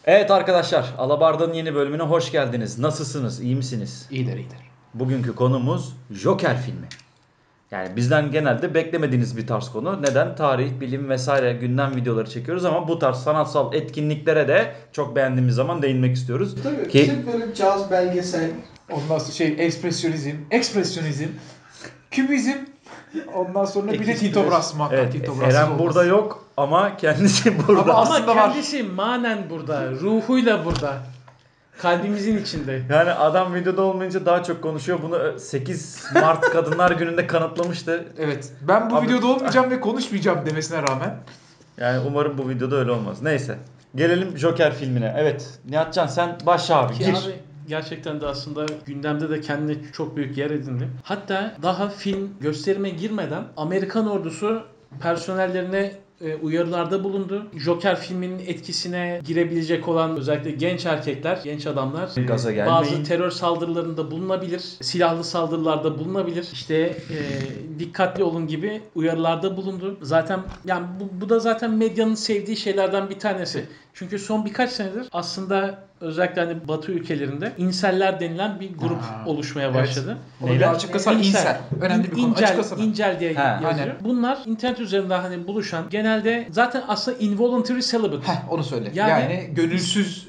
Evet arkadaşlar, Alabarda'nın yeni bölümüne hoş geldiniz. Nasılsınız? İyi misiniz? İyidir. Bugünkü konumuz Joker filmi. Yani bizden genelde beklemediğiniz bir tarz konu. Neden? Tarih, bilim vesaire gündem videoları çekiyoruz ama bu tarz sanatsal etkinliklere de çok beğendiğimiz zaman değinmek istiyoruz. Tabii Ki Türk böyle caz belgesel. Ondan sonra ekspresyonizm, kübizm. Ondan sonra bir de Tito Brass muhakkak. evet, Tito Brass'ız Eren olmaz. burada yok ama kendisi burada. Ama Ama aslında var. kendisi manen burada, ruhuyla burada. Kalbimizin içinde. Yani adam videoda olmayınca daha çok konuşuyor. Bunu 8 Mart Kadınlar Günü'nde kanıtlamıştı. Evet. Ben bu Abi- videoda olmayacağım ve konuşmayacağım demesine rağmen. Yani umarım bu videoda öyle olmaz. Neyse. Gelelim Joker filmine. Evet. Nihatcan sen başla abi. Ki Gir. abi gerçekten de aslında gündemde de kendine çok büyük yer edindi. Hatta daha film gösterime girmeden Amerikan ordusu personellerine uyarılarda bulundu. Joker filminin etkisine girebilecek olan özellikle genç erkekler, genç adamlar Gaza gelmeyin. bazı terör saldırılarında bulunabilir, silahlı saldırılarda bulunabilir. İşte dikkatli olun gibi uyarılarda bulundu. Zaten yani bu da zaten medyanın sevdiği şeylerden bir tanesi. Çünkü son birkaç senedir aslında özellikle hani Batı ülkelerinde inseller denilen bir grup oluşmaya evet. başladı. Onu bir Neyler? açık kasa incel. Önemli bir konu. İncel, Açık kasada. incel diye Ha, yazıyor. aynen. Bunlar internet üzerinde hani buluşan genelde zaten aslında involuntary celibate. Onu söyle. Yani- Yani gönülsüz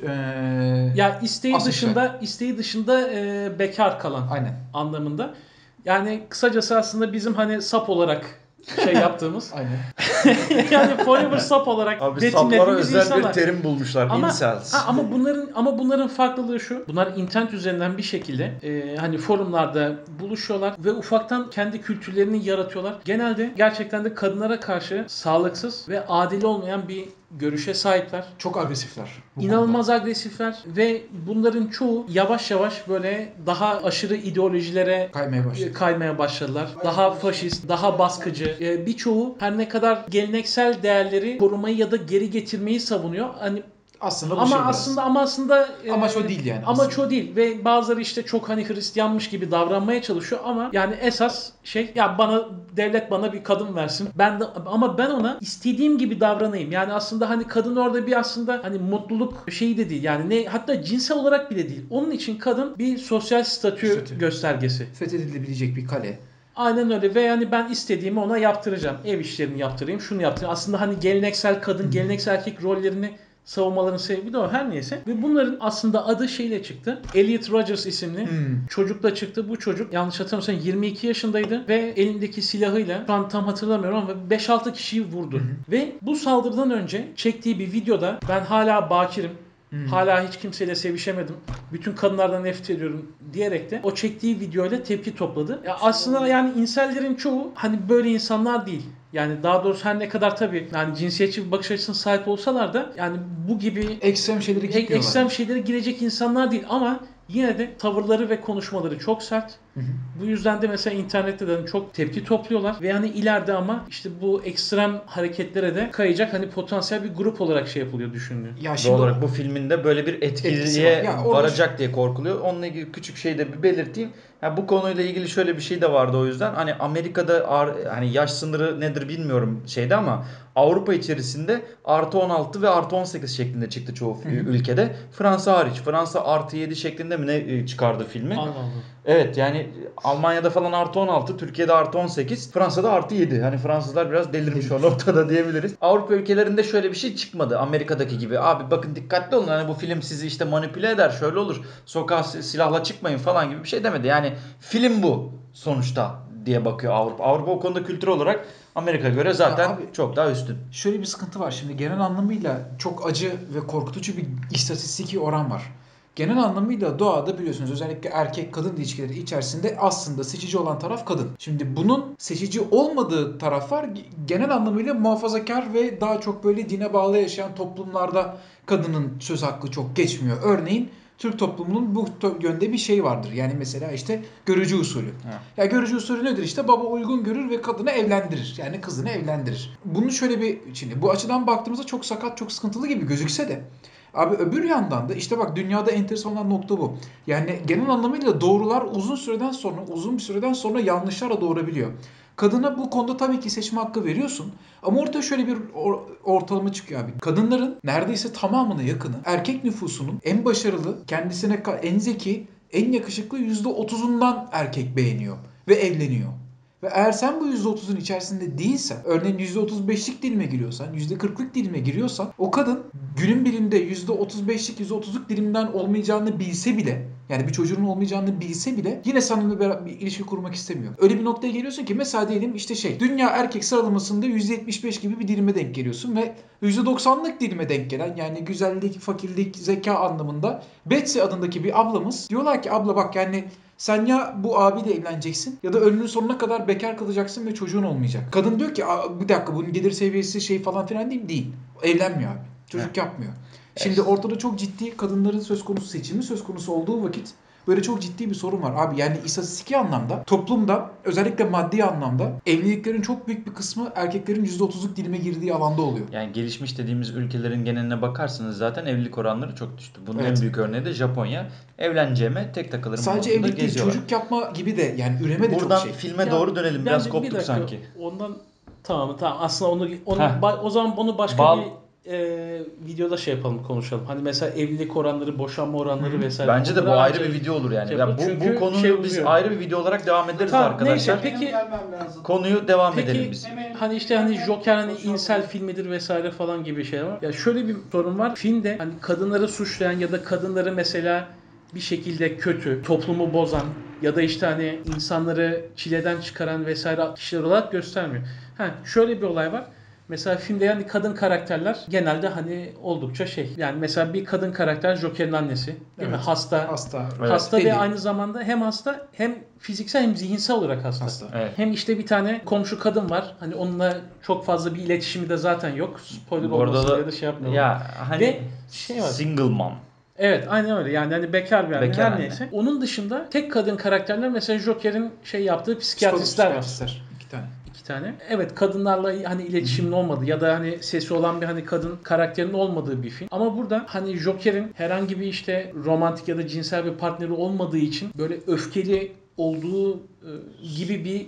Ya isteği aseksüel. dışında bekar kalan Aynen. anlamında. Yani kısacası aslında bizim hani sap olarak şey yaptığımız Aynen. yani forever sap olarak Abi saplara betimlediğimiz özel insanlar. bir terim bulmuşlar. Incels. Ama bunların farklılığı şu. Bunlar internet üzerinden bir şekilde hani forumlarda buluşuyorlar ve ufaktan kendi kültürlerini yaratıyorlar. Genelde gerçekten de kadınlara karşı sağlıksız ve adil olmayan bir görüşe sahipler. Çok agresifler. bu İnanılmaz agresifler ve bunların çoğu yavaş yavaş böyle daha aşırı ideolojilere konuda. Kaymaya başladı. başladılar. Daha faşist, daha baskıcı. Birçoğu her ne kadar geleneksel değerleri korumayı ya da geri getirmeyi savunuyor. Hani Aslında bu ama şey biraz. aslında Amaç o değil yani. Amaç aslında. o değil ve bazıları işte çok hani Hristiyanmış gibi davranmaya çalışıyor ama yani esas şey ya devlet bana bir kadın versin. Ama ben ona istediğim gibi davranayım. Yani aslında hani kadın orada bir aslında hani mutluluk şeyi de değil. Yani ne hatta cinsel olarak bile değil. Onun için kadın bir sosyal statü göstergesi. Fethedilebilecek bir kale. Aynen öyle ve yani ben istediğimi ona yaptıracağım. Ev işlerini yaptırayım, şunu yaptırayım. Aslında hani geleneksel kadın, geleneksel erkek rollerini savunmaların sebebi de o her neyse. Ve bunların aslında adı şeyle çıktı. Elliot Rodgers isimli çocukla çıktı. Bu çocuk yanlış hatırlamıyorsam 22 yaşındaydı ve elindeki silahıyla şu an tam hatırlamıyorum ama 5-6 kişiyi vurdu. Ve bu saldırıdan önce çektiği bir videoda ben hala bakirim. Hala hiç kimseyle sevişemedim. Bütün kadınlardan nefret ediyorum diyerek de o çektiği videoyla tepki topladı. Ya aslında yani insellerin çoğu hani böyle insanlar değil. Yani daha doğrusu her ne kadar tabii yani cinsiyetçi bir bakış açısına sahip olsalar da yani bu gibi Ekstrem şeyleri gitmiyorlar. ekstrem şeylere girecek insanlar değil ama yine de tavırları ve konuşmaları çok sert. Bu yüzden de mesela internette de çok tepki topluyorlar ve hani ileride ama işte bu ekstrem hareketlere de kayacak hani potansiyel bir grup olarak şey yapılıyor düşünülüyor. Ya Doğal şimdi olarak bu filminde böyle bir Etkisi etkiliğe var. Ya orada- varacak diye korkuluyor. Onunla ilgili küçük şey de bir belirteyim. Ya bu konuyla ilgili şöyle bir şey de vardı o yüzden. Hani Amerika'da hani yaş sınırı nedir bilmiyorum şeyde ama Avrupa içerisinde artı 16 ve artı 18 şeklinde çıktı çoğu ülkede. Fransa hariç. Fransa artı 7 şeklinde mi ne çıkardı filmi? Allah Allah. Evet yani Almanya'da falan artı 16, Türkiye'de artı 18, Fransa'da artı 7. Hani Fransızlar biraz delirmiş o noktada diyebiliriz. Avrupa ülkelerinde şöyle bir şey çıkmadı Amerika'daki gibi. Abi bakın dikkatli olun hani bu film sizi işte manipüle eder şöyle olur. Sokağa silahla çıkmayın falan gibi bir şey demedi. Yani film bu sonuçta diye bakıyor Avrupa. Avrupa o konuda kültür olarak Amerika'ya göre zaten Ya abi- çok daha üstün. Şöyle bir sıkıntı var şimdi genel anlamıyla çok acı ve korkutucu bir istatistiki oran var. Genel anlamıyla doğada biliyorsunuz özellikle erkek kadın ilişkileri içerisinde aslında seçici olan taraf kadın. Şimdi bunun seçici olmadığı taraflar genel anlamıyla muhafazakar ve daha çok böyle dine bağlı yaşayan toplumlarda kadının söz hakkı çok geçmiyor. Örneğin Türk toplumunun bu yönde bir şey vardır. Yani mesela işte görücü usulü. Ya görücü usulü nedir? İşte baba uygun görür ve kadını evlendirir. Yani kızını evlendirir. Bunu şöyle bir şimdi bu açıdan baktığımızda çok sakat, çok sıkıntılı gibi gözükse de abi öbür yandan da işte bak dünyada enteresan olan nokta bu. Yani genel anlamıyla doğrular uzun bir süreden sonra yanlışlarla doğurabiliyor. Kadına bu konuda tabii ki seçme hakkı veriyorsun. Ama ortaya şöyle bir ortalama çıkıyor abi. Kadınların neredeyse tamamına yakını erkek nüfusunun en başarılı, kendisine en zeki, en yakışıklı %30'undan erkek beğeniyor ve evleniyor. Ve eğer sen bu %30'un içerisinde değilsen, örneğin %35'lik dilime giriyorsan, %40'lık dilime giriyorsan, o kadın günün birinde %35'lik, %30'luk dilimden olmayacağını bilse bile, yani bir çocuğun olmayacağını bilse bile yine seninle bir ilişki kurmak istemiyor. Öyle bir noktaya geliyorsun ki mesela diyelim işte dünya erkek sıralamasında %75 gibi bir dilime denk geliyorsun ve %90'lık dilime denk gelen, yani güzellik, fakirlik, zeka anlamında Betsy adındaki bir ablamız diyorlar ki abla bak yani sen ya bu abiyle evleneceksin ya da ömrünün sonuna kadar bekar kalacaksın ve çocuğun olmayacak. Kadın diyor ki bir dakika bunun gelir seviyesi falan filan değil. Evlenmiyor abi. Çocuk yapmıyor. Şimdi ortada çok ciddi kadınların seçimi söz konusu olduğu vakit böyle çok ciddi bir sorun var. Abi yani istatistiki anlamda toplumda özellikle maddi anlamda evliliklerin çok büyük bir kısmı erkeklerin %30'luk dilime girdiği alanda oluyor. Yani gelişmiş dediğimiz ülkelerin geneline bakarsanız zaten evlilik oranları çok düştü. Bunun Evet. en büyük örneği de Japonya. Evleneceğime tek takılırım. Sadece evlilik değil, çocuk yapma gibi de yani üreme de Buradan çok şey. filme doğru dönelim. Biraz koptuk sanki. Ondan tamam aslında o zaman bunu başka bir videoda konuşalım. Hani mesela evlilik oranları, boşanma oranları vesaire. Bence de bu ayrı bir video olur yani. Ya bu konuyu biz ayrı bir video olarak devam ederiz arkadaşlar. Neyse, peki konuyu devam edelim biz. Hani Joker hani insel filmidir vesaire falan gibi şeyler var. Ya şöyle bir sorun var. Filmde hani kadınları suçlayan ya da kadınları mesela bir şekilde kötü, toplumu bozan ya da işte hani insanları çileden çıkaran vesaire kişiler olarak göstermiyor. Şöyle bir olay var. Mesela filmde yani kadın karakterler genelde hani oldukça yani mesela bir kadın karakter Joker'in annesi değil mi? Hasta Evet. ve aynı zamanda hem hasta hem fiziksel hem zihinsel olarak hasta. Evet. Hem işte bir tane komşu kadın var. Hani onunla çok fazla bir iletişimi de zaten yok. Spoiler olmasın diye de yapmıyorum. Ya hani ve var. Single mom. Evet, aynen öyle. Yani hani bekar bir anne, Bekar her anne. neyse. Onun dışında tek kadın karakterler mesela Joker'in yaptığı psikiyatristler var. 2 tane. Evet, kadınlarla hani iletişimin olmadığı ya da hani sesi olan bir hani kadın karakterinin olmadığı bir film. Ama burada hani Joker'in herhangi bir işte romantik ya da cinsel bir partneri olmadığı için böyle öfkeli olduğu gibi bir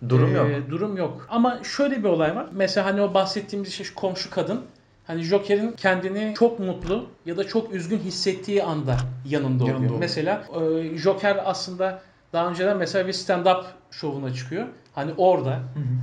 durum yok. Ama şöyle bir olay var. Mesela hani o bahsettiğimiz şu komşu kadın hani Joker'in kendini çok mutlu ya da çok üzgün hissettiği anda yanında oluyor. Mesela Joker aslında daha önceden mesela bir stand-up şovuna çıkıyor. Hani orada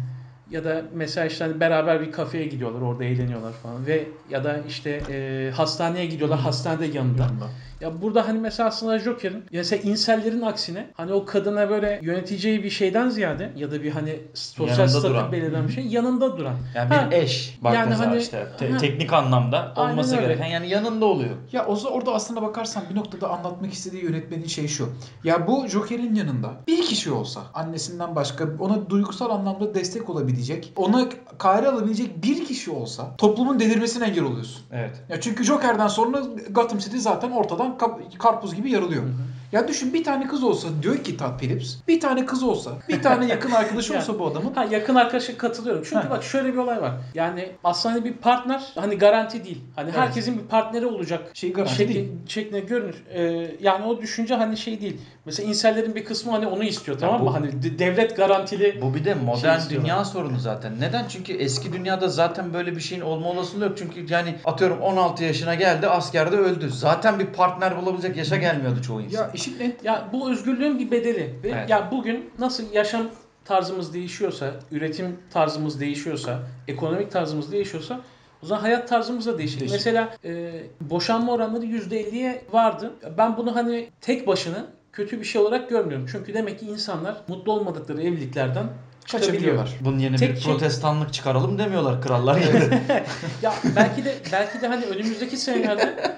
ya da mesela işte hani beraber bir kafeye gidiyorlar, orada eğleniyorlar falan ve ya da işte hastaneye gidiyorlar, hastanede yanında. Ya burada hani mesela aslında Joker'in mesela insellerin aksine hani o kadına böyle yöneteceği bir şeyden ziyade ya da bir hani sosyal statü belirlen bir şey yanında duran. Yani bir eş baktığınız zaman işte teknik anlamda olması gereken yani yanında oluyor. Ya orada aslında bakarsan bir noktada anlatmak istediği yönetmenin şu. Ya bu Joker'in yanında bir kişi olsa annesinden başka ona duygusal anlamda destek olabilecek, ona kare alabilecek bir kişi olsa toplumun delirmesine engel oluyorsun. Evet. Ya çünkü Joker'den sonra Gotham City zaten ortadan karpuz gibi yarılıyor. Ya düşün bir tane kız olsa diyor ki Todd Phillips, bir tane kız olsa, bir tane yakın arkadaşı olsa bu adamın. Yakın arkadaşa katılıyorum. Çünkü bak şöyle bir olay var. Yani aslında hani bir partner hani garanti değil. Hani herkesin bir partneri olacak şeklinde görünür. Yani o düşünce hani değil. Mesela insellerin bir kısmı hani onu istiyor, tamam mı? Hani devlet garantili. Bu bir de modern dünya sorunu zaten. Neden? Çünkü eski dünyada zaten böyle bir şeyin olma olasılığı yok. Çünkü yani atıyorum 16 yaşına geldi, askerde öldü. Zaten bir partner bulabilecek yaşa gelmiyordu çoğu insan. Ya işin ne? Ya bu özgürlüğün bir bedeli. Ve ya bugün nasıl yaşam tarzımız değişiyorsa, üretim tarzımız değişiyorsa, ekonomik tarzımız değişiyorsa o zaman hayat tarzımız da değişir. Mesela boşanma oranları %50'ye vardı. Ben bunu hani tek başına kötü bir şey olarak görmüyorum. Çünkü demek ki insanlar mutlu olmadıkları evliliklerden çıkabiliyorlar. Bunun yerine bir protestanlık çıkaralım demiyorlar krallar gibi. Ya belki de hani önümüzdeki senelerde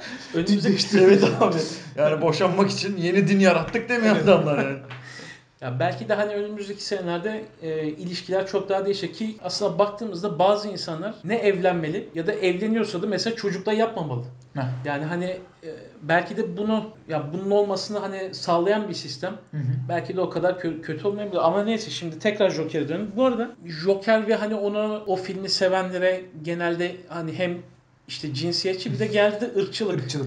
evet abi. Yani boşanmak için yeni din yarattık demiyor adamlar yani. Ya belki de hani önümüzdeki senelerde ilişkiler çok daha değişecek ki aslında baktığımızda bazı insanlar ne evlenmeli ya da evleniyorsa da mesela çocuk da yapmamalı. Yani hani belki de bunun olmasını hani sağlayan bir sistem. Belki de o kadar kötü olmayabilir. Ama neyse şimdi tekrar Joker'e dönelim. Bu arada Joker ve hani o filmi sevenlere genelde hani hem işte cinsiyetçi bir de geldi ırkçılık.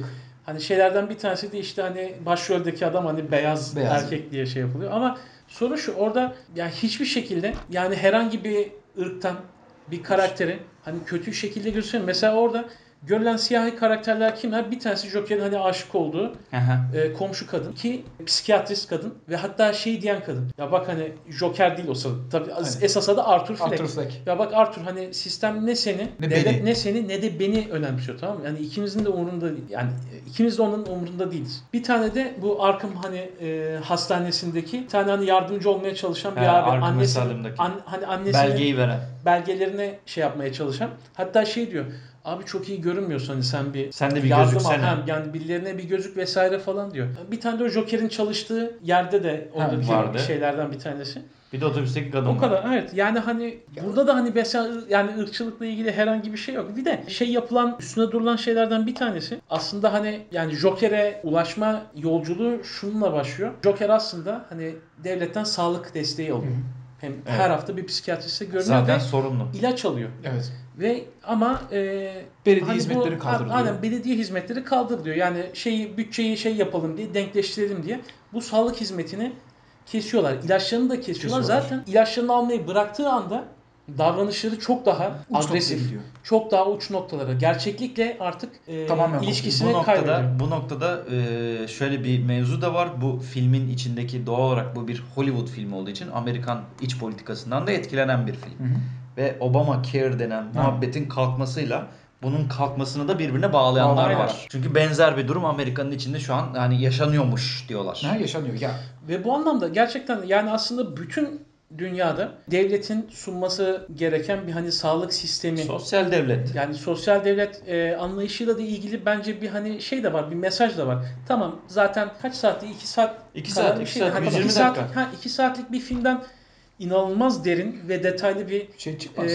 Hani şeylerden bir tanesi de işte hani başroldeki adam hani beyaz erkek diye şey yapılıyor. Ama soru şu, orada yani hiçbir şekilde yani herhangi bir ırktan bir karakteri hani kötü şekilde gösteriyor. Mesela orada görülen siyahi karakterler kimler? Bir tanesi Joker'in hani aşık olduğu komşu kadın ki psikiyatrist kadın ve hatta şey diyen kadın. Ya bak hani Joker değil o sırada. Tabii esas adı Arthur Fleck. Arthur Fleck. Ya bak Arthur, hani sistem ne seni, Ne devlet beni. ne seni ne de beni önemsiyor, tamam mı? Yani ikimizin de umurunda değil. Yani ikimiz de onun umurunda değiliz. Bir tane de bu Arkham hani hastanesindeki bir tane hani yardımcı olmaya çalışan bir abi. Arkham Annesinin Asylum'daki. hani annesinin Belgeyi veren. belgelerine şey yapmaya çalışan. Hatta şey diyor. Abi çok iyi görünmüyorsun, hani Sen de bir yardım al. gözüksene. Yani birilerine bir gözük vesaire falan diyor. Bir tane de o Joker'in çalıştığı yerde de oradaki vardı. şeylerden bir tanesi. Bir de otobüsteki kadın O var. kadar, evet. Yani hani burada da hani mesela yani ırkçılıkla ilgili herhangi bir şey yok. Bir de şey yapılan, üstüne durulan şeylerden bir tanesi aslında hani yani Joker'e ulaşma yolculuğu şununla başlıyor. Joker aslında hani devletten sağlık desteği alıyor. Hem her hafta bir psikiyatriste görünüyor Zaten ve sorunlu. ilaç alıyor. Evet. Ve ama Belediye hani hizmetleri kaldırılıyor. Aynen, belediye hizmetleri kaldırılıyor. Yani bütçeyi şey yapalım diye, denkleştirelim diye bu sağlık hizmetini kesiyorlar. İlaçlarını da kesiyorlar. Zaten ilaçlarını almayı bıraktığı anda davranışları çok daha Uç agresif, noktaya gidiyor. çok daha uç noktalara. Gerçeklikle artık Tamamen ilişkisini kaybediyor. Bu noktada şöyle bir mevzu da var. Bu filmin içindeki, doğal olarak bu bir Hollywood filmi olduğu için Amerikan iç politikasından da etkilenen bir film. Ve Obamacare denen muhabbetin kalkmasıyla bunun kalkmasını da birbirine bağlayanlar Aynen. var. Çünkü benzer bir durum Amerika'nın içinde şu an yani yaşanıyormuş diyorlar. Ne yaşanıyor ya? Ve bu anlamda gerçekten yani aslında bütün dünyada devletin sunması gereken bir hani sağlık sistemi, Sosyal devlet. yani sosyal devlet anlayışıyla da ilgili bence bir hani şey de var, bir mesaj da var. Tamam, zaten kaç saatti? 2 saat. 2 kadar saat, bir 2 şey. saat, Hani 120 2 dakika. saatlik, 2 saatlik bir filmden inanılmaz derin ve detaylı bir Şey çıkmaz.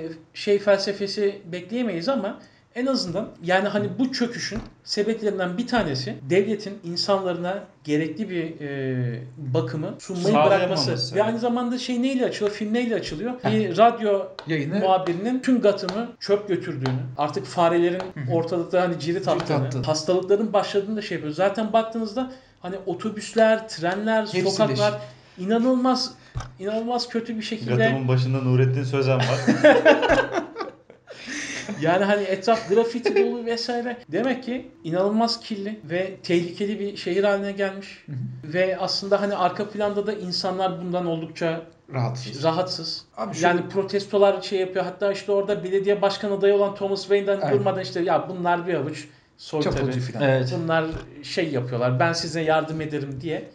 şey felsefesi bekleyemeyiz ama en azından yani hani bu çöküşün sebeplerinden bir tanesi devletin insanlarına gerekli bir bakımı sunmayı bırakması. Sağlayamaması. Ve aynı zamanda şey neyle açılıyor? Film neyle açılıyor? Bir radyo Yayını muhabirinin tüm Gotham'ı çöp götürdüğünü, artık farelerin ortalıkta hani cirit attığını, hastalıkların başladığını da şey yapıyor. Zaten baktığınızda hani otobüsler, trenler, Hepsi sokaklar inanılmaz kötü bir şekilde. Gotham'ın başında Nurettin Sözen var. Yani hani etraf grafiti dolu vesaire. Demek ki inanılmaz kirli ve tehlikeli bir şehir haline gelmiş. Ve aslında hani arka planda da insanlar bundan oldukça rahatsız. Abi Yani protestolar şey yapıyor. Hatta işte orada belediye başkan adayı olan Thomas Wayne'den durmadan işte ya bunlar bir avuç soytarı. Evet. Bunlar şey yapıyorlar. Ben size yardım ederim diye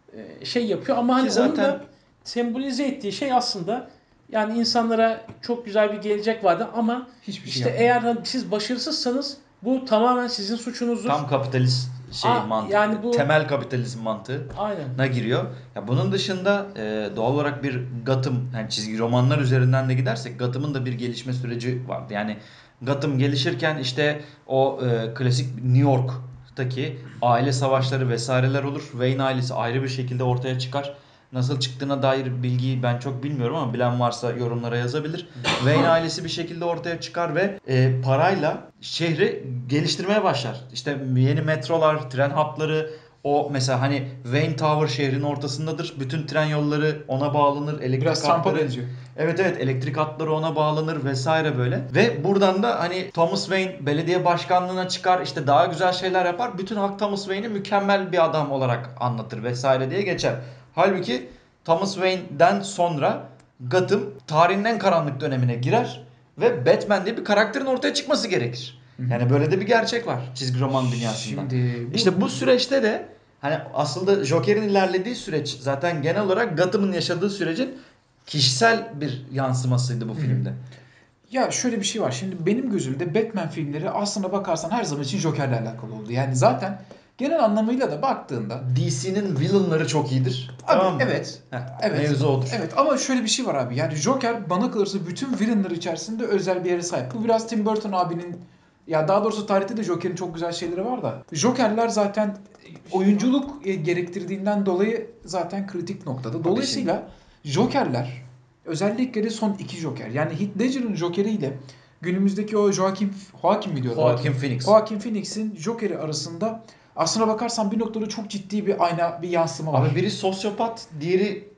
şey yapıyor. Ama hani zaten onun da sembolize ettiği şey aslında yani insanlara çok güzel bir gelecek vardı ama hiçbir şey işte yapmıyor. eğer siz başarısızsanız bu tamamen sizin suçunuzdur. Tam kapitalist mantığı. Yani bu temel kapitalizm mantığına giriyor. Ya bunun dışında doğal olarak bir Gotham, yani çizgi romanlar üzerinden de gidersek Gotham'ın da bir gelişme süreci vardı. Yani Gotham gelişirken işte o klasik New York'taki aile savaşları vesaireler olur. Wayne ailesi ayrı bir şekilde ortaya çıkar. Nasıl çıktığına dair bilgiyi ben çok bilmiyorum ama bilen varsa yorumlara yazabilir. Wayne ailesi bir şekilde ortaya çıkar ve parayla şehri geliştirmeye başlar. İşte yeni metrolar, tren hatları, o mesela hani Wayne Tower şehrin ortasındadır. Bütün tren yolları ona bağlanır. Elektrik Biraz Trump'a hatları, benziyor. evet elektrik hatları ona bağlanır vesaire böyle. Ve buradan da hani Thomas Wayne belediye başkanlığına çıkar, işte daha güzel şeyler yapar. Bütün halk Thomas Wayne'i mükemmel bir adam olarak anlatır vesaire diye geçer. Halbuki Thomas Wayne'den sonra Gotham tarihin en karanlık dönemine girer ve Batman diye bir karakterin ortaya çıkması gerekir. Yani böyle de bir gerçek var çizgi roman dünyasında. İşte bu süreçte de hani aslında Joker'in ilerlediği süreç zaten genel olarak Gotham'ın yaşadığı sürecin kişisel bir yansımasıydı bu filmde. Ya şöyle bir şey var. Şimdi benim gözümde Batman filmleri aslına bakarsan her zaman için Joker'le alakalı oldu. Yani zaten genel anlamıyla da baktığında DC'nin villainları çok iyidir. abi, Tamam mı? evet. Mevzu odur. Evet ama şöyle bir şey var abi. Yani Joker bana kalırsa bütün villainlar içerisinde özel bir yere sahip. Bu biraz Tim Burton abinin, ya daha doğrusu tarihte de Joker'in çok güzel şeyleri var da. Joker'ler zaten oyunculuk gerektirdiğinden dolayı zaten kritik noktada. Dolayısıyla Joker'ler, özellikle de son iki Joker, yani Heath Ledger'ın Joker'i ile günümüzdeki o Joaquin mi diyorlar? Joaquin Phoenix. Joaquin Phoenix'in Joker'i arasında aslına bakarsan bir noktada çok ciddi bir ayna, bir yansıma var. Abi biri sosyopat, diğeri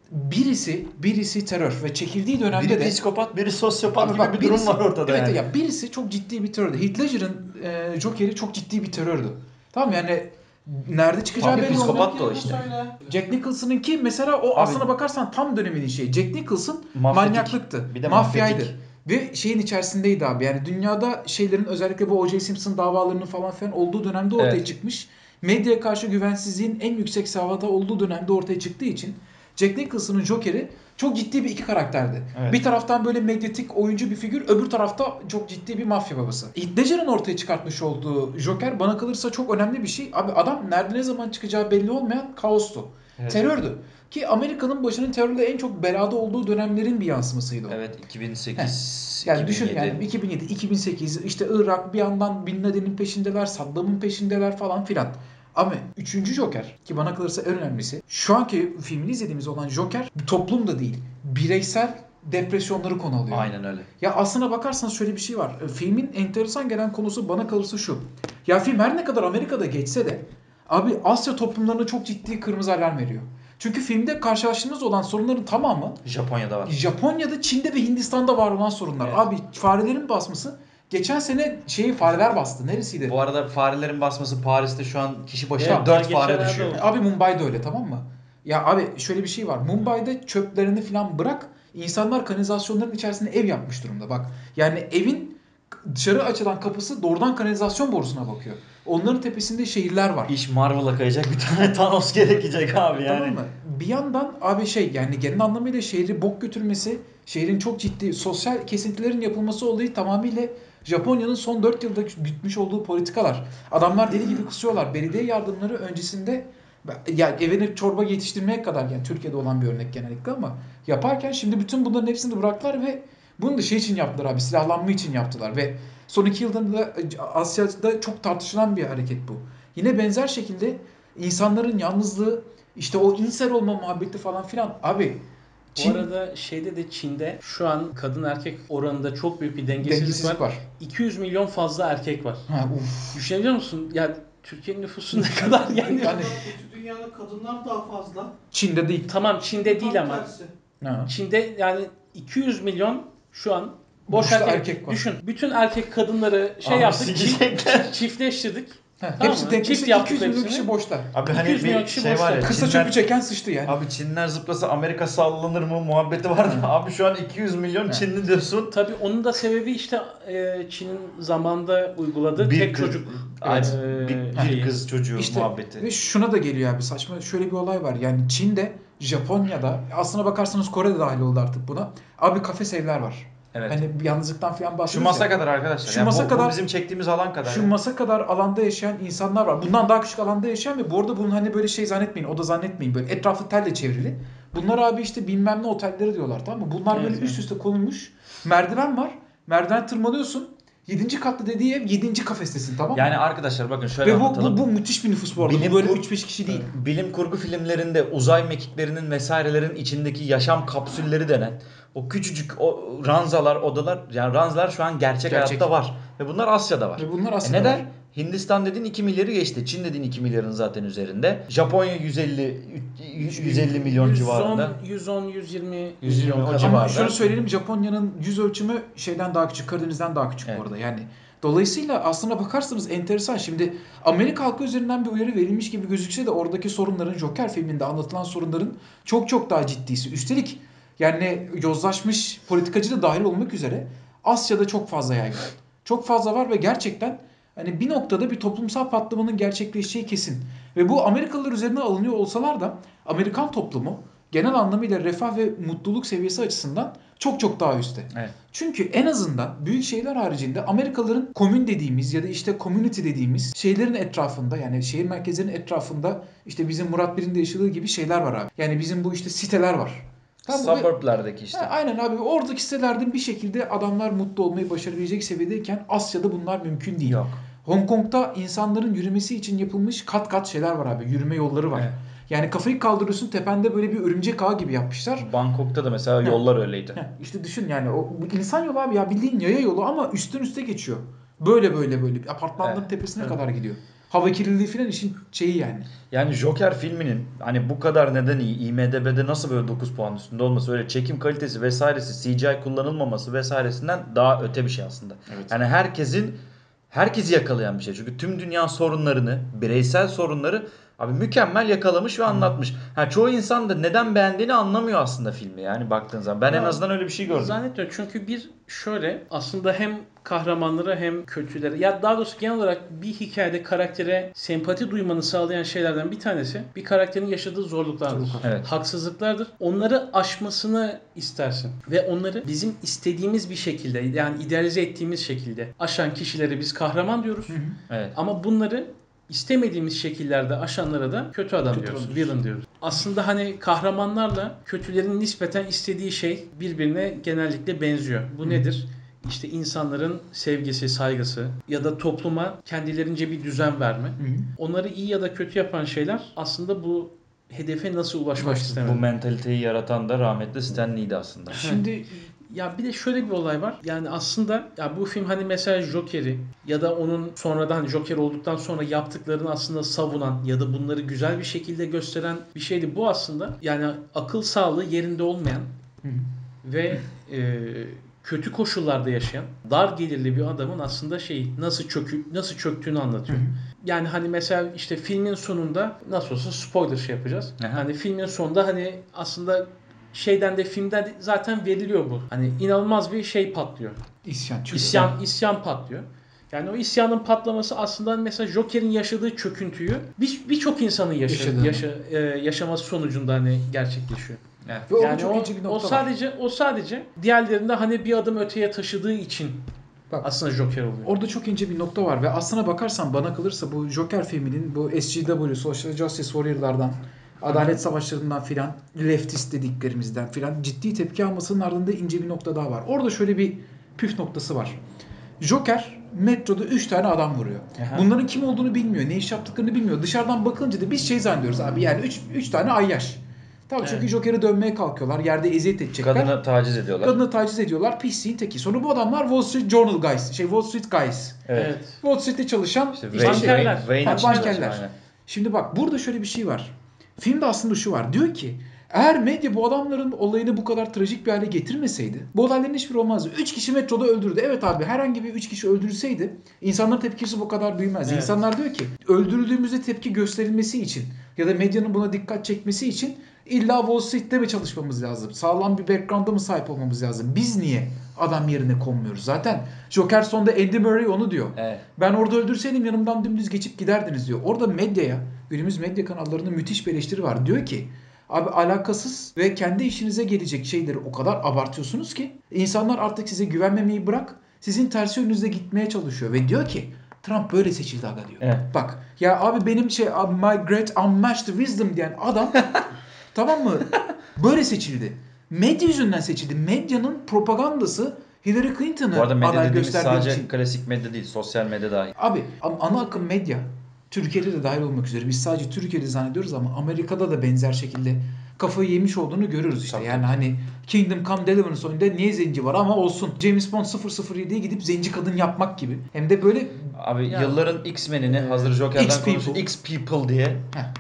Birisi terör ve çekildiği dönemde biri de psikopat, biri sosyopat Abi gibi bak, bir durum var ortada evet yani. ya birisi çok ciddi bir terördü. Heath Ledger'ın Joker'i çok ciddi bir terördü. Tamam yani nerede çıkacağı Tabii belli psikopat olmayan. da o işte. Jack Nicholson'ın ki mesela o Abi, aslına bakarsan tam döneminin şeyi. Jack Nicholson Mafyatik. manyaklıktı. Bir de Mafyaydı. mafyatik. Ve şeyin içerisindeydi abi. Yani dünyada şeylerin özellikle bu O.J. Simpson davalarının falan filan olduğu dönemde ortaya Evet. çıkmış. Medyaya karşı güvensizliğin en yüksek seviyede olduğu dönemde ortaya çıktığı için Jack Nicholson'ın Joker'i çok ciddi bir iki karakterdi. Evet. Bir taraftan böyle medyatik oyuncu bir figür, öbür tarafta çok ciddi bir mafya babası. Heath Ledger'ın ortaya çıkartmış olduğu Joker bana kalırsa çok önemli bir şey. Abi adam nerede ne zaman çıkacağı belli olmayan kaostu. Evet. Terördü. Ki Amerika'nın başının terörle en çok belada olduğu dönemlerin bir yansımasıydı o. Evet, 2008, Yani 2007. düşün yani 2007, 2008 işte Irak, bir yandan Bin Laden'in peşindeler, Saddam'ın peşindeler falan filan. Ama 3. Joker ki bana kalırsa en önemlisi, şu anki filmini izlediğimiz olan Joker toplum da değil, bireysel depresyonları konu alıyor. Aynen öyle. Ya aslına bakarsanız şöyle bir şey var. Filmin enteresan gelen konusu bana kalırsa şu. Ya film her ne kadar Amerika'da geçse de abi Asya toplumlarına çok ciddi kırmızı alarm veriyor. Çünkü filmde karşılaştığımız olan sorunların tamamı Japonya'da var. Japonya'da, Çin'de ve Hindistan'da var olan sorunlar. Evet. Abi farelerin basması geçen sene fareler bastı. Neresiydi? Bu arada farelerin basması Paris'te şu an kişi başına Evet, 4 fare geçenlerde düşüyor. oldu. Abi Mumbai'de öyle, tamam mı? Ya abi şöyle bir şey var. Mumbai'de çöplerini falan bırak. İnsanlar kanalizasyonların içerisinde ev yapmış durumda. Bak yani evin dışarı açılan kapısı doğrudan kanalizasyon borusuna bakıyor. Onların tepesinde şehirler var. İş Marvel'a kayacak, bir tane Thanos gerekecek abi yani. Tamam mı? Bir yandan abi yani genel anlamıyla şehri bok götürmesi, şehrin çok ciddi sosyal kesintilerin yapılması olayı tamamıyla Japonya'nın son 4 yılda gütmüş olduğu politikalar. Adamlar deli gibi kısıyorlar. Belediye yardımları öncesinde yani evine çorba yetiştirmeye kadar, yani Türkiye'de olan bir örnek genellikle, ama yaparken şimdi bütün bunların hepsini bıraktılar ve bunu da şey için yaptılar abi, silahlanma için yaptılar ve son 2 yılda da Asya'da çok tartışılan bir hareket bu. Yine benzer şekilde insanların yalnızlığı, işte o insel olma muhabbeti falan filan. Abi Bu arada şeyde de Çin'de şu an kadın erkek oranında çok büyük bir dengesizlik var. 200 milyon fazla erkek var. Ha, uf. Düşünebiliyor musun? Ya Türkiye'nin nüfusu ne kadar yani? Yani Kötü dünyada kadınlar daha fazla. Çin'de değil. Tamam Çin'de değil Tam ama. tersi. Ha. Çin'de yani 200 milyon şu an boş Boşta erkek. erkek var. Düşün. Bütün erkek kadınları Abi yaptık. sikecekler. Çiftleştirdik. Ha, Tamam hepsi mı? tek Çift kişi, yaptık 200 milyon hepsini. kişi boşta. Abi hani 200 milyon bir kişi şey boşta. var ya. Kısa çöpü çeken sıçtı yani. Abi Çinler zıplasa Amerika sallanır mı muhabbeti var ya. Abi şu an 200 milyon Çinli diyorsun. Tabii onun da sebebi işte Çin'in zamanda uyguladığı tek kız- çocuk. Ay, e, bir şeyi. kız çocuğu İşte muhabbeti. ve şuna da geliyor abi, saçma şöyle bir olay var. Yani Çin'de, Japonya'da, aslına bakarsanız Kore'de dahil oldu artık buna. Abi kafes evler var. Evet. Hani yalnızlıktan falan Şu bahsediyoruz masa ya. kadar arkadaşlar. Şu Yani masa bu kadar- bizim çektiğimiz alan kadar. Şu yani. masa kadar alanda yaşayan insanlar var. Bundan daha küçük alanda yaşayan ve bu arada bunun hani böyle şey zannetmeyin, oda zannetmeyin, böyle etrafı telle çevrili. Bunlar abi işte bilmem ne otelleri diyorlar, tamam mı? Bunlar böyle Evet, üst üste konulmuş. Merdiven var. Merdiven tırmanıyorsun. 7. katlı dediği ev 7. kafestesin, tamam mı? Yani arkadaşlar bakın şöyle Ve bu, anlatalım. bu müthiş bir nüfus bu arada. Bilim Bu böyle kur- 3-5 kişi değil. Bilim kurgu filmlerinde uzay mekiklerinin vesairelerin içindeki yaşam kapsülleri denen o küçücük o ranzalar, odalar, yani ranzalar şu an gerçek hayatta var. Ve bunlar Asya'da var. Ve bunlar Asya'da neden? var. Hindistan dediğin 2 milyarı geçti. Çin dediğin 2 milyarın zaten üzerinde. Japonya 150 milyon civarında. 110-120 120 milyon o kadar. civarında. Ama şunu söyleyelim, Japonya'nın yüz ölçümü şeyden daha küçük, Karadeniz'den daha küçük Evet. bu arada yani. Dolayısıyla aslına bakarsanız enteresan. Şimdi Amerika halkı üzerinden bir uyarı verilmiş gibi gözükse de oradaki sorunların, Joker filminde anlatılan sorunların çok çok daha ciddisi. Üstelik yani yozlaşmış politikacı da dahil olmak üzere Asya'da çok fazla yaygın. Çok fazla var ve gerçekten hani bir noktada bir toplumsal patlamanın gerçekleşeceği kesin. Ve bu Amerikalılar üzerine alınıyor olsalar da Amerikan toplumu genel anlamıyla refah ve mutluluk seviyesi açısından çok çok daha üstte. Evet. Çünkü en azından büyük şehirler haricinde Amerikalıların komün dediğimiz ya da işte community dediğimiz şeylerin etrafında, yani şehir merkezlerinin etrafında işte bizim Murat Bir'in de yaşadığı gibi şeyler var abi. Yani bizim bu işte siteler var. Tamam mı? Suburb'lardaki işte. Ha, aynen abi, oradaki sitelerde bir şekilde adamlar mutlu olmayı başarabilecek seviyedeyken Asya'da bunlar mümkün değil. Yok. Hong Kong'da insanların yürümesi için yapılmış kat kat şeyler var abi. Yürüme yolları var. Evet. Yani kafayı kaldırıyorsun, tepende böyle bir örümcek ağı gibi yapmışlar. Bangkok'ta da mesela yollar öyleydi. İşte düşün yani bu insan yolu abi ya, bildiğin yaya yolu ama üstten üste geçiyor. Böyle apartmanların Evet. tepesine kadar gidiyor. Hava kirliliği falan işin şeyi yani. Yani Joker filminin hani bu kadar neden iyi, IMDb'de nasıl böyle 9 puan üstünde olması, öyle çekim kalitesi vesairesi, CGI kullanılmaması vesairesinden daha öte bir şey aslında. Evet. Yani herkesi yakalayan bir şey. Çünkü tüm dünya sorunlarını, bireysel sorunları abi mükemmel yakalamış ve anlatmış. Çoğu insan da neden beğendiğini anlamıyor aslında filmi, yani baktığın zaman. Ben en Ya, azından öyle bir şey gördüm. Zannetmiyorum çünkü bir şöyle aslında hem kahramanlara hem kötülere, ya daha doğrusu genel olarak bir hikayede karaktere sempati duymanı sağlayan şeylerden bir tanesi bir karakterin yaşadığı zorluklardır. Evet. Haksızlıklardır. Onları aşmasını istersin ve onları bizim istediğimiz bir şekilde, yani idealize ettiğimiz şekilde aşan kişilere biz kahraman diyoruz. Evet. Ama bunları istemediğimiz şekillerde aşanlara da kötü adam Kötü diyoruz. adam Villain diyoruz. Aslında hani kahramanlarla kötülerin nispeten istediği şey birbirine genellikle benziyor. Bu nedir? İşte insanların sevgisi, saygısı ya da topluma kendilerince bir düzen verme. Onları iyi ya da kötü yapan şeyler aslında bu hedefe nasıl ulaşmak istemem. Bu mentaliteyi yaratan da rahmetli Stan Lee'di aslında. Şimdi Ya bir de şöyle bir olay var. Yani aslında ya bu film hani mesela Joker'i ya da onun sonradan Joker olduktan sonra yaptıklarını aslında savunan ya da bunları güzel bir şekilde gösteren bir şeydi. Bu aslında yani akıl sağlığı yerinde olmayan ve kötü koşullarda yaşayan, dar gelirli bir adamın aslında nasıl çöktüğünü anlatıyor. Yani hani mesela işte filmin sonunda nasıl olsa spoiler şey yapacağız. Aha. Hani filmin sonunda hani aslında filmden de zaten veriliyor bu. Hani inanılmaz bir şey patlıyor. isyan çıkıyor. İsyan patlıyor. Yani o isyanın patlaması aslında mesela Joker'in yaşadığı çöküntüyü birçok insanın yaşaması sonucunda hani gerçekleşiyor. Evet. Ve orada Yani çok ince bir o nokta var. sadece diğerlerinde hani bir adım öteye taşıdığı için Bak, aslında Joker oluyor. orada çok ince bir nokta var ve aslına bakarsan bana kalırsa bu Joker filminin bu SJW, Social Justice Warrior'lardan, adalet savaşlarından filan, leftist dediklerimizden filan ciddi tepki almasının ardında ince bir nokta daha var. Orada şöyle bir püf noktası var. Joker metroda 3 tane adam vuruyor. Aha. Bunların kim olduğunu bilmiyor, ne iş yaptıklarını bilmiyor. Dışarıdan bakınca da biz şey zannediyoruz abi, yani 3 tane ayyaş. Tabii çünkü Evet. Joker'i dövmeye kalkıyorlar, yerde eziyet edecekler. Kadını taciz ediyorlar. Kadını taciz ediyorlar. Pisliğin teki. Sonra bu adamlar Wall Street Journal Guys. Wall Street Guys. Evet. Wall Street'te çalışan İşte bankerler. Wayne için bankerler. çalışan, aynen. Şimdi bak burada şöyle bir şey var. Filmde aslında şu var. Diyor ki eğer medya bu adamların olayını bu kadar trajik bir hale getirmeseydi bu olayların hiçbiri olmazdı. 3 kişi metroda öldürdü. Evet abi, herhangi bir 3 kişi öldürülseydi insanların tepkisi bu kadar büyümezdi. Evet. İnsanlar diyor ki öldürüldüğümüzde tepki gösterilmesi için ya da medyanın buna dikkat çekmesi için illa Wall Street'te mi çalışmamız lazım? Sağlam bir background'a mı sahip olmamız lazım? Biz niye adam yerine konmuyoruz? Zaten Joker sonunda Andy Murray onu diyor. Evet. Ben orada öldürseydim yanımdan dümdüz geçip giderdiniz diyor. Orada medyaya, günümüz medya kanallarında müthiş bir eleştiri var. Diyor ki abi alakasız ve kendi işinize gelecek şeyleri o kadar abartıyorsunuz ki insanlar artık size güvenmemeyi bırak, sizin tersi yönünüzde gitmeye çalışıyor. Ve diyor ki Trump böyle seçildi aga diyor. Evet. Bak ya abi benim my great unmatched wisdom diyen adam tamam mı? Böyle seçildi. Medya yüzünden seçildi. Medyanın propagandası Hillary Clinton'ı Bu arada medya aday dediğimiz gösterdiği sadece için. klasik medya değil, sosyal medya dahil. Abi ana akım medya Türkiye'de de dahil olmak üzere biz sadece Türkiye'de zannediyoruz ama Amerika'da da benzer şekilde kafayı yemiş olduğunu görürüz işte. Tabii, Yani tabii. hani Kingdom Come Deliverance oyunda niye zenci var ama olsun. James Bond 007'ye gidip zenci kadın yapmak gibi. Hem de böyle Abi Ya, yılların X-Men'ini hazır Joker'dan X-People. konuşuyor. X-People diye.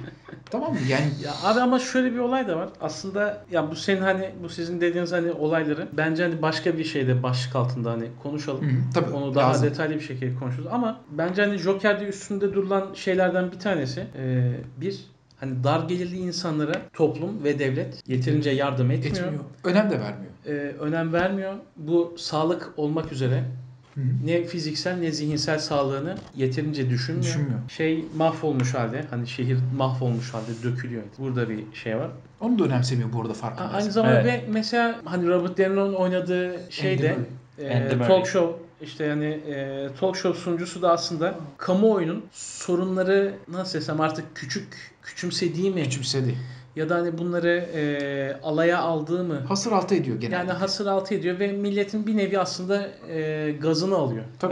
tamam mı? Yani Ya abi ama şöyle bir olay da var. Aslında ya bu sizin dediğiniz hani olayları bence hani başka bir şeyde başlık altında hani konuşalım. tabii Onu daha lazım. detaylı bir şekilde konuşuruz. Ama bence hani Joker'de üstünde durulan şeylerden bir tanesi bir hani dar gelirli insanlara toplum ve devlet yeterince yardım etmiyor. Önem de vermiyor. Önem vermiyor. Bu sağlık olmak üzere ne fiziksel ne zihinsel sağlığını yeterince düşünmüyor. Mahvolmuş halde, hani şehir mahvolmuş halde dökülüyor. Burada bir şey var. Onu da önemsemiyor bu arada, farkındayız. Aynı zamanda Evet. ve mesela hani Robert De Niro'nun oynadığı şeyde Andy Murray. talk show işte yani talk show sunucusu da aslında kamuoyunun sorunları nasıl desem artık küçümsediği mi Küçümsedi. ya da hani bunları alaya aldığı mı? Hasır altı ediyor genelde. Yani hasır altı ediyor ve milletin bir nevi aslında gazını alıyor. Tabii. Evet.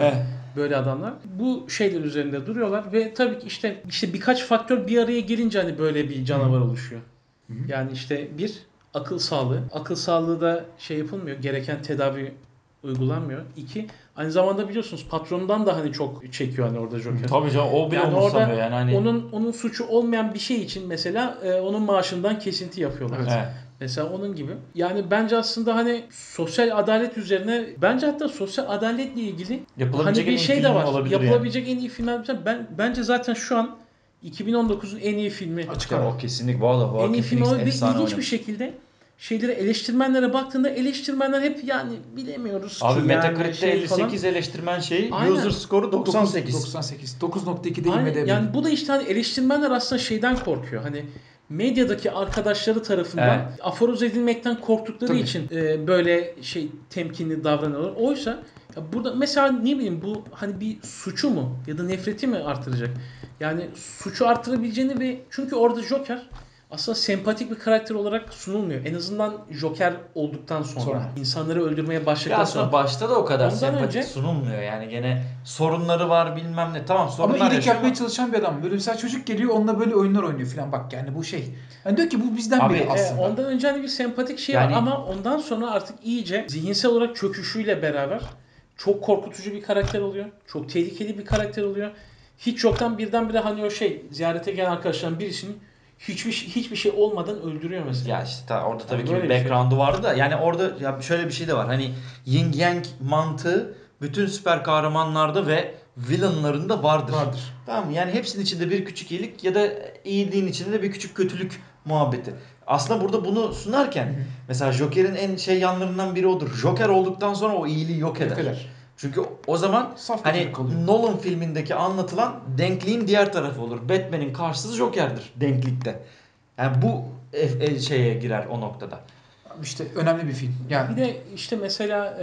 böyle adamlar. Bu şeyler üzerinde duruyorlar ve tabii ki işte birkaç faktör bir araya gelince hani böyle bir canavar oluşuyor. Yani işte bir, akıl sağlığı. Akıl sağlığı da şey yapılmıyor. Gereken tedavi uygulanmıyor. İki, aynı zamanda biliyorsunuz patronundan da hani çok çekiyor hani orada Joker. Tabii canım, o bile Yani umursamıyor orada yani hani. onun suçu olmayan bir şey için mesela onun maaşından kesinti yapıyorlar. Evet. Mesela onun gibi. Yani bence aslında hani sosyal adalet üzerine, bence hatta sosyal adaletle ilgili Yapılabilecek hani en bir iyi şey de film var. olabilir Yapılabilecek en iyi filmler. Bence zaten şu an 2019'un en iyi filmi. Açık Ya ara. o kesinlikle bu arada En iyi Joaquin film Phoenix olabilir ve efsane ilginç oynamış. bir şekilde şeyleri, eleştirmenlere baktığında eleştirmenler hep yani bilemiyoruz Abi ki Metacritic'te yani şey 58 falan. eleştirmen şeyi, Aynen. user skoru 98. 98. 9.2'de Aynen. IMDb. Yani bu da işte hani eleştirmenler aslında şeyden korkuyor. Hani medyadaki arkadaşları tarafından Evet. aforoz edilmekten korktukları Tabii. için böyle şey temkinli davranıyorlar. Oysa ya burada mesela ne bileyim bu hani bir suçu mu ya da nefreti mi artıracak? Yani suçu artırabileceğini ve çünkü orada Joker aslında sempatik bir karakter olarak sunulmuyor. En azından Joker olduktan sonra. İnsanları öldürmeye Ya başladıktan aslında sonra. başta da o kadar Ondan sempatik önce- sunulmuyor yani, gene sorunları var bilmem ne. Tamam Ama sorunlar iyilik yaşıyor yapmaya ama çalışan bir adam. Böyle mesela çocuk geliyor onunla böyle oyunlar oynuyor falan. Bak yani bu şey. Hani diyor ki bu bizden Abi, biri aslında. Ondan önce hani bir sempatik şey Yani- var ama ondan sonra artık iyice zihinsel olarak çöküşüyle beraber çok korkutucu bir karakter oluyor. Çok tehlikeli bir karakter oluyor. Hiç yoktan birdenbire hani o şey ziyarete gelen arkadaşların birisini hiçbir şey olmadan öldürüyor mesela. ya işte orada tabii Yani ki bir böyle bir şey. background'u vardı da yani orada ya şöyle bir şey de var. Hani yin yang mantığı bütün süper kahramanlarda ve villainlarında vardır. Vardır. Tamam mı? Yani hepsinin içinde bir küçük iyilik ya da iyiliğin içinde de bir küçük kötülük muhabbeti. Aslında burada bunu sunarken mesela Joker'in en şey yanlarından biri odur. Joker olduktan sonra o iyiliği yok eder. Yok eder. Çünkü o zaman Saf hani kötülük oluyor. Nolan filmindeki anlatılan denkliğin diğer tarafı olur. Batman'in karşısı Joker'dir denklikte. Yani bu şeye girer o noktada. İşte önemli bir film. Yani Bir de işte mesela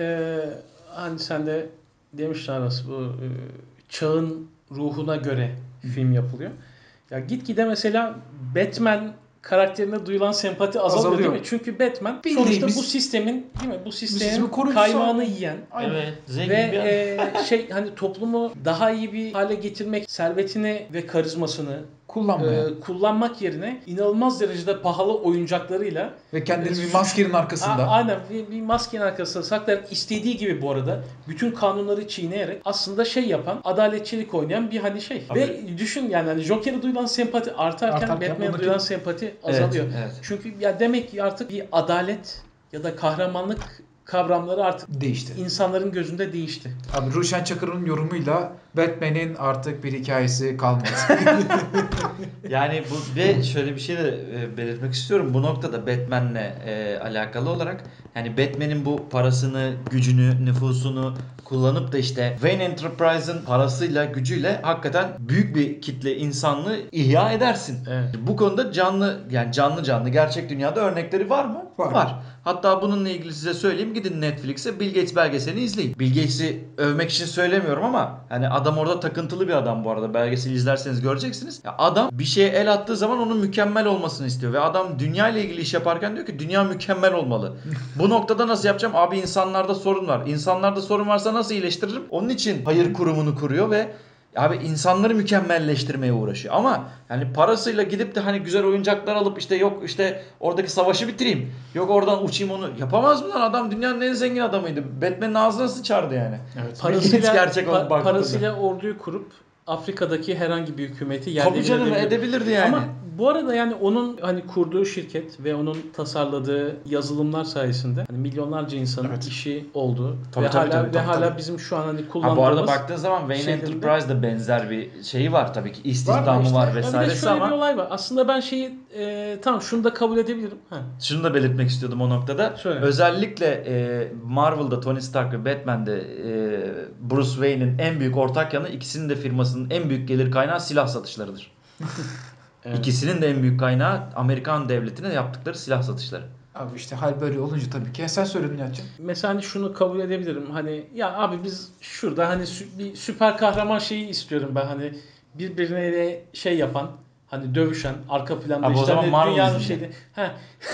hani sen de demiştin Aras bu çağın ruhuna göre film yapılıyor. Ya gitgide mesela Batman karakterine duyulan sempati azalıyor, değil mi? Çünkü Batman Bildiğimiz- sonuçta bu sistemin, değil mi? Bu sistemin sistemin koruyucusu kaymağını abi. yiyen Aynen. Evet, zengin ve bir adam. şey hani toplumu daha iyi bir hale getirmek, servetini ve karizmasını Kullanmaya. kullanmak yerine inanılmaz derecede pahalı oyuncaklarıyla Ve kendini bir suç- maskenin arkasında. Aynen bir maskenin arkasında saklayarak istediği gibi bu arada bütün kanunları çiğneyerek aslında şey yapan, adaletçilik oynayan bir hani şey. Abi. Ve düşün yani hani Joker'e duyulan sempati artarken Batman'e buradaki- duyulan sempati azalıyor. Evet. Çünkü ya demek ki artık bir adalet ya da kahramanlık kavramları artık Değişti. insanların gözünde değişti. Abi Ruşen Çakır'ın yorumuyla Batman'in artık bir hikayesi kalmadı. Yani bu ve şöyle bir şey de belirtmek istiyorum bu noktada Batman'le alakalı olarak. Yani Batman'in bu parasını, gücünü, nüfusunu kullanıp da işte Wayne Enterprise'ın parasıyla, gücüyle hakikaten büyük bir kitle insanlığı ihya edersin. Evet. Bu konuda canlı gerçek dünyada örnekleri var mı? Var. Hatta bununla ilgili size söyleyeyim, gidin Netflix'e Bill Gates belgeselini izleyin. Bill Gates'i övmek için söylemiyorum ama hani adam orada takıntılı bir adam bu arada. Belgeseli izlerseniz göreceksiniz. Ya adam bir şeye el attığı zaman onun mükemmel olmasını istiyor ve adam dünya ile ilgili iş yaparken diyor ki dünya mükemmel olmalı. Bu noktada nasıl yapacağım? Abi insanlarda sorun var. İnsanlarda sorun varsa nasıl iyileştiririm? Onun için hayır kurumunu kuruyor ve abi insanları mükemmelleştirmeye uğraşıyor. Ama yani parasıyla gidip de hani güzel oyuncaklar alıp işte yok işte oradaki savaşı bitireyim. Yok oradan uçayım onu. Yapamaz mı lan? Adam dünyanın en zengin adamıydı. Batman'in ağzına sıçardı yani. Evet. Parasıyla, gerçek olup baktığında. parasıyla orduyu kurup Afrika'daki herhangi bir hükümeti yerle Tabii bir canım edebilir. edebilirdi yani. Ama bu arada yani onun hani kurduğu şirket ve onun tasarladığı yazılımlar sayesinde hani milyonlarca insanın Evet. işi oldu Tabii, ve tabii, hala tabii, ve hala tabii. bizim şu an hani Ha kullandığımız bu arada baktığın zaman Wayne şeklinde- Enterprise'da benzer bir şeyi var tabii ki. Var İstihdamı işte. var Ya Ya bir de vesairesi şöyle bir ama olay var. Aslında ben şeyi tamam şunu da kabul edebilirim. şunu da belirtmek istiyordum o noktada. Söyle. Özellikle Marvel'da Tony Stark ve Batman'de Bruce Wayne'in en büyük ortak yanı, ikisinin de firmasının en büyük gelir kaynağı silah satışlarıdır. Evet. İkisinin de en büyük kaynağı Amerikan devletine yaptıkları silah satışları. Abi işte hal böyle olunca tabii ki. Sen söyledin Nihat'cığım. Mesela hani şunu kabul edebilirim. Hani ya abi biz şurada hani bir süper kahraman şeyi istiyorum ben hani birbirine şey yapan Hani dövüşen, arka planda Abi o işte zaman hani Marvel dünyanın izleyeceğim. şeydi.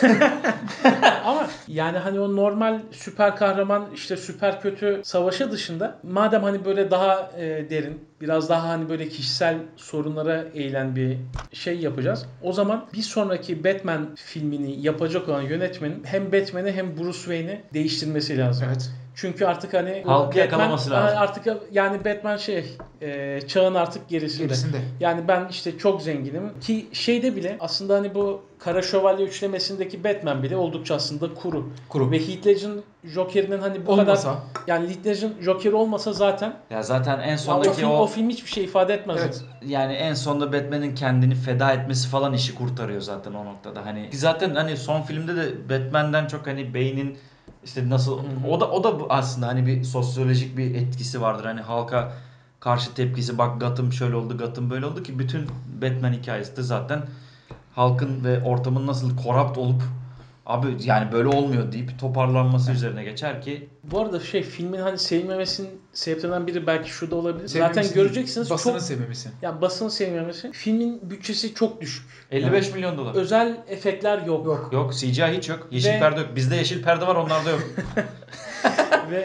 Ama yani hani o normal süper kahraman işte süper kötü savaşı dışında madem hani böyle daha derin, biraz daha hani böyle kişisel sorunlara eğilen bir şey yapacağız. O zaman bir sonraki Batman filmini yapacak olan yönetmenin hem Batman'i hem Bruce Wayne'i değiştirmesi lazım. Evet. Çünkü artık hani Halkı yakalaması lazım. Artık yani Batman çağın artık Gerisinde. yani ben işte çok zenginim ki şeyde bile aslında hani bu Kara Şövalye üçlemesindeki Batman bile oldukça aslında kuru. Ve Heath Ledger'ın Joker'inin hani bu Olmasa. kadar yani Heath Ledger'ın Joker olmasa zaten Ya zaten en ya sondaki o film hiçbir şey ifade etmez. Evet. yani en sonda Batman'in kendini feda etmesi falan işi kurtarıyor zaten o noktada. Hani zaten hani son filmde de Batman'den çok hani Bane'in işte nasıl o da bu aslında hani bir sosyolojik bir etkisi vardır. Hani halka karşı tepkisi, bak Gotham şöyle oldu, Gotham böyle oldu ki bütün Batman hikayesi de zaten halkın ve ortamın nasıl korrupt olup abi yani böyle olmuyor deyip toparlanması üzerine geçer ki Bu arada filmin hani sevilmemesinin sebeplerinden biri belki şu da olabilir. Sevmemesi Zaten değil, göreceksiniz basının çok sevmemesi. yani basının sevmemesi. Filmin bütçesi çok düşük. 55 milyon dolar. Özel efektler yok. Yok CGI hiç yok. Yeşil Ve- perde yok. Bizde yeşil perde var, onlarda yok. Ve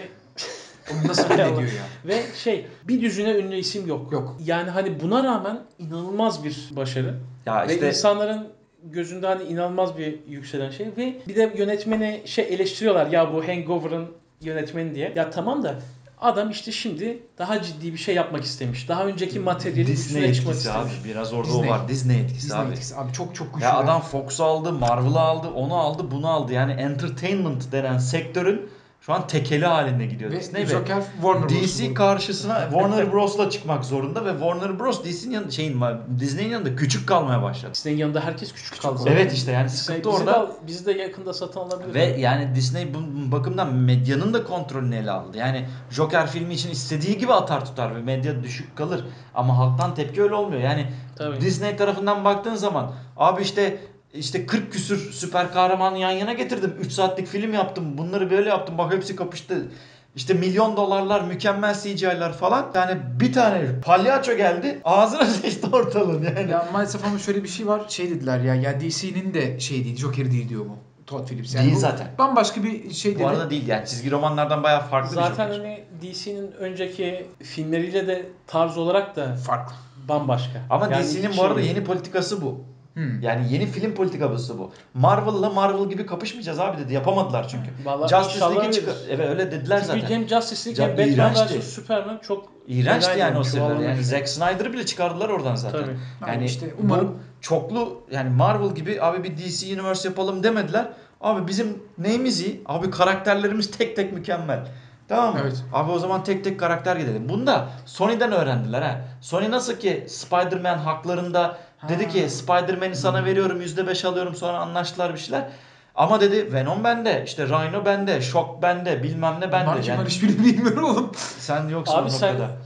Onu nasıl belli ediyor ya? Ve bir düzine ünlü isim yok. Yok. Yani hani buna rağmen inanılmaz bir başarı. Ya Ve işte insanların gözünde hani inanılmaz bir yükselen şey. Ve bir de yönetmeni eleştiriyorlar ya bu Hangover'ın yönetmeni diye. Ya tamam da adam işte şimdi daha ciddi bir şey yapmak istemiş. Daha önceki materyalin Disney üstüne çıkmak etkisi abi. istemiş. Biraz orada Disney. o var. Disney etkisi Disney abi. etkisi. Abi çok güçlü. Ya adam Fox'u aldı, Marvel'ı aldı, onu aldı, bunu aldı. Yani entertainment denen sektörün şu an tekeli halinde gidiyor Ve Disney Joker Warner Bros. DC karşısına Warner Bros'la çıkmak zorunda ve Warner Bros DC'nin Disney'in yanında küçük kalmaya başladı. Disney'in yanında herkes küçük kaldı. Evet işte yani Disney, sıkıntı orada. bizi de yakında satın alabilir. Ve yani Disney bu bakımdan medyanın da kontrolünü ele aldı. Yani Joker filmi için istediği gibi atar tutar ve medya düşük kalır. Ama halktan tepki öyle olmuyor. Yani Tabii. Disney tarafından baktığın zaman abi işte 40 küsür süper kahramanı yan yana getirdim. 3 saatlik film yaptım. Bunları böyle yaptım. Bak hepsi kapıştı. İşte milyon dolarlar, mükemmel CGI'lar falan. Yani bir tane palyaço geldi. Ağzına sıçtı ortalığın yani. Ya maalesef ama şöyle bir şey var. Şey dediler ya DC'nin de değil, Joker değil diyor bu. Todd Phillips. Yani Değil bu zaten. Bambaşka bir şey dedi. Bu arada değil yani çizgi romanlardan bayağı farklı Zaten bir Joker. hani DC'nin önceki filmleriyle de tarz olarak da Farklı. bambaşka. Ama Yani DC'nin hiç bu arada değil. yeni politikası bu. Hmm. Yani yeni film politikası bu. Marvel gibi kapışmayacağız abi dedi. Yapamadılar çünkü. Vallahi Justice inşallah League'i öyledir. Evet öyle dediler Çünkü zaten. hem Justice League Ya, hem Batman iğrençti. vs Superman çok İğrençti fenaydı yani o yani, seriler. Yani çuvallamış. Zack Snyder'ı bile çıkardılar oradan zaten. Tabii. Yani işte umarım çoklu yani Marvel gibi abi bir DC Universe yapalım demediler. Abi bizim neyimiz iyi? Abi karakterlerimiz tek tek mükemmel. Tamam mı? Evet. Abi o zaman tek tek karakter gidelim. Bunu da Sony'den öğrendiler ha. Sony nasıl ki Spider-Man haklarında dedi ki Spider-Man'i sana veriyorum %5 alıyorum, sonra anlaştılar bir şeyler. Ama dedi Venom bende, işte Rhino bende, Shock bende, bilmem ne bende. Bunlar kim Yani var hiçbirini bilmiyorum oğlum. sen yoksun Abi o sen noktada.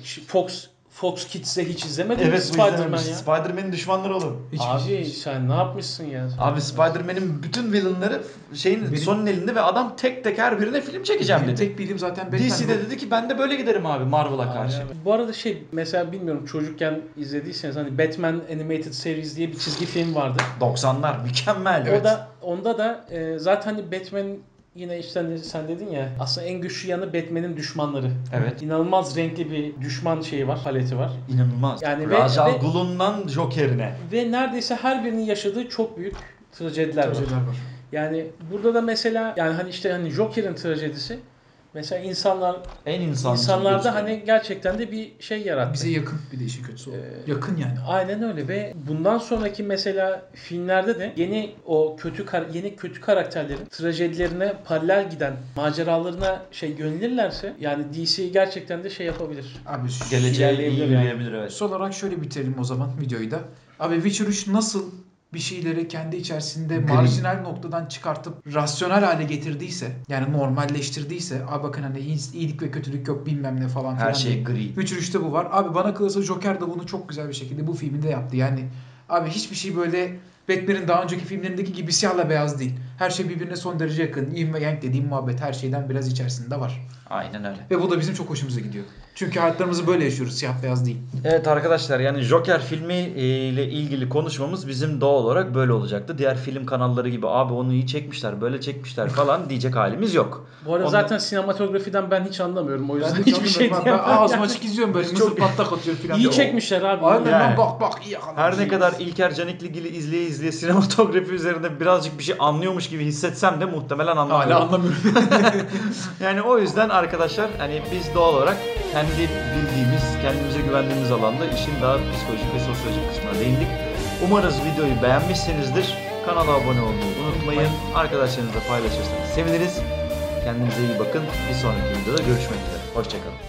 Fox Kids'e hiç izlemedin mi Evet bu Spider-Man izlememiş. ya? Spider-Man'in düşmanları oğlum. Abi sen ne yapmışsın ya? Abi Spider-Man'in bütün villainları Sony'nin elinde ve adam tek tek her birine film çekeceğim Benim dedi. tek bildiğim zaten Batman. DC de dedi ki ben de böyle giderim abi Marvel'a karşı. Aynen. Bu arada mesela bilmiyorum çocukken izlediyseniz hani Batman Animated Series diye bir çizgi film vardı. 90'lar mükemmel. Evet. Onda da zaten hani Batman yine işte hani sen dedin ya aslında en güçlü yanı Batman'in düşmanları. Evet. İnanılmaz renkli bir düşman paleti var. İnanılmaz. Yani Ra's al ve Ghul'undan Joker'ine. Ve neredeyse her birinin yaşadığı çok büyük trajediler var. Yani burada da mesela yani hani işte hani Joker'in trajedisi mesela En insancıl insanlarda gözüküyor. hani gerçekten de bir şey yarattı. Bize yakın bir de işin kötüsü o. Yakın yani. Aynen öyle ve bundan sonraki mesela filmlerde de yeni kötü karakterlerin trajedilerine paralel giden maceralarına yönelirlerse yani DC gerçekten de yapabilir. Abi Geleceğe iyi ilerleyebilir yürüyebilir evet. son olarak şöyle bitirelim o zaman videoyu da. Abi Witcher 3 nasıl bir şeyleri kendi içerisinde marjinal noktadan çıkartıp rasyonel hale getirdiyse, yani normalleştirdiyse, abi bakın hani iyilik ve kötülük yok bilmem ne falan filan. Her şey diye. gri. Witcher 3'te bu var. Abi bana kalırsa Joker da bunu çok güzel bir şekilde bu filminde yaptı. Yani abi hiçbir şey böyle Batman'in daha önceki filmlerindeki gibi siyahla beyaz değil. Her şey birbirine son derece yakın. Yin ve yang dediğim muhabbet her şeyden biraz içerisinde var. Aynen öyle. Ve bu da bizim çok hoşumuza gidiyor. Çünkü hayatlarımızı böyle yaşıyoruz. Siyah beyaz değil. Evet arkadaşlar, yani Joker filmi ile ilgili konuşmamız bizim doğal olarak böyle olacaktı. Diğer film kanalları gibi abi onu iyi çekmişler, böyle çekmişler falan diyecek halimiz yok. Bu arada Ondan- zaten sinematografiden ben hiç anlamıyorum. O yüzden Ben de hiçbir şey ben diyemem. ağzım açık izliyorum böyle. Mısır patlak atıyor falan. İyi çekmişler abi. Aynen Yani. lan bak iyi yakalanmış. Her ne kadar İlker Canikligil'i izleye izleye sinematografi üzerinde birazcık bir şey anlıyormuş gibi hissetsem de muhtemelen Hala anlamıyorum. anlamıyorum. Yani o yüzden arkadaşlar hani biz doğal olarak kendi bildiğimiz, kendimize güvendiğimiz alanda işin daha psikolojik ve sosyolojik kısmına değindik. Umarız videoyu beğenmişsinizdir. Kanala abone olmayı unutmayın. Arkadaşlarınızla paylaşırsanız seviniriz. Kendinize iyi bakın. Bir sonraki videoda görüşmek üzere. Hoşçakalın.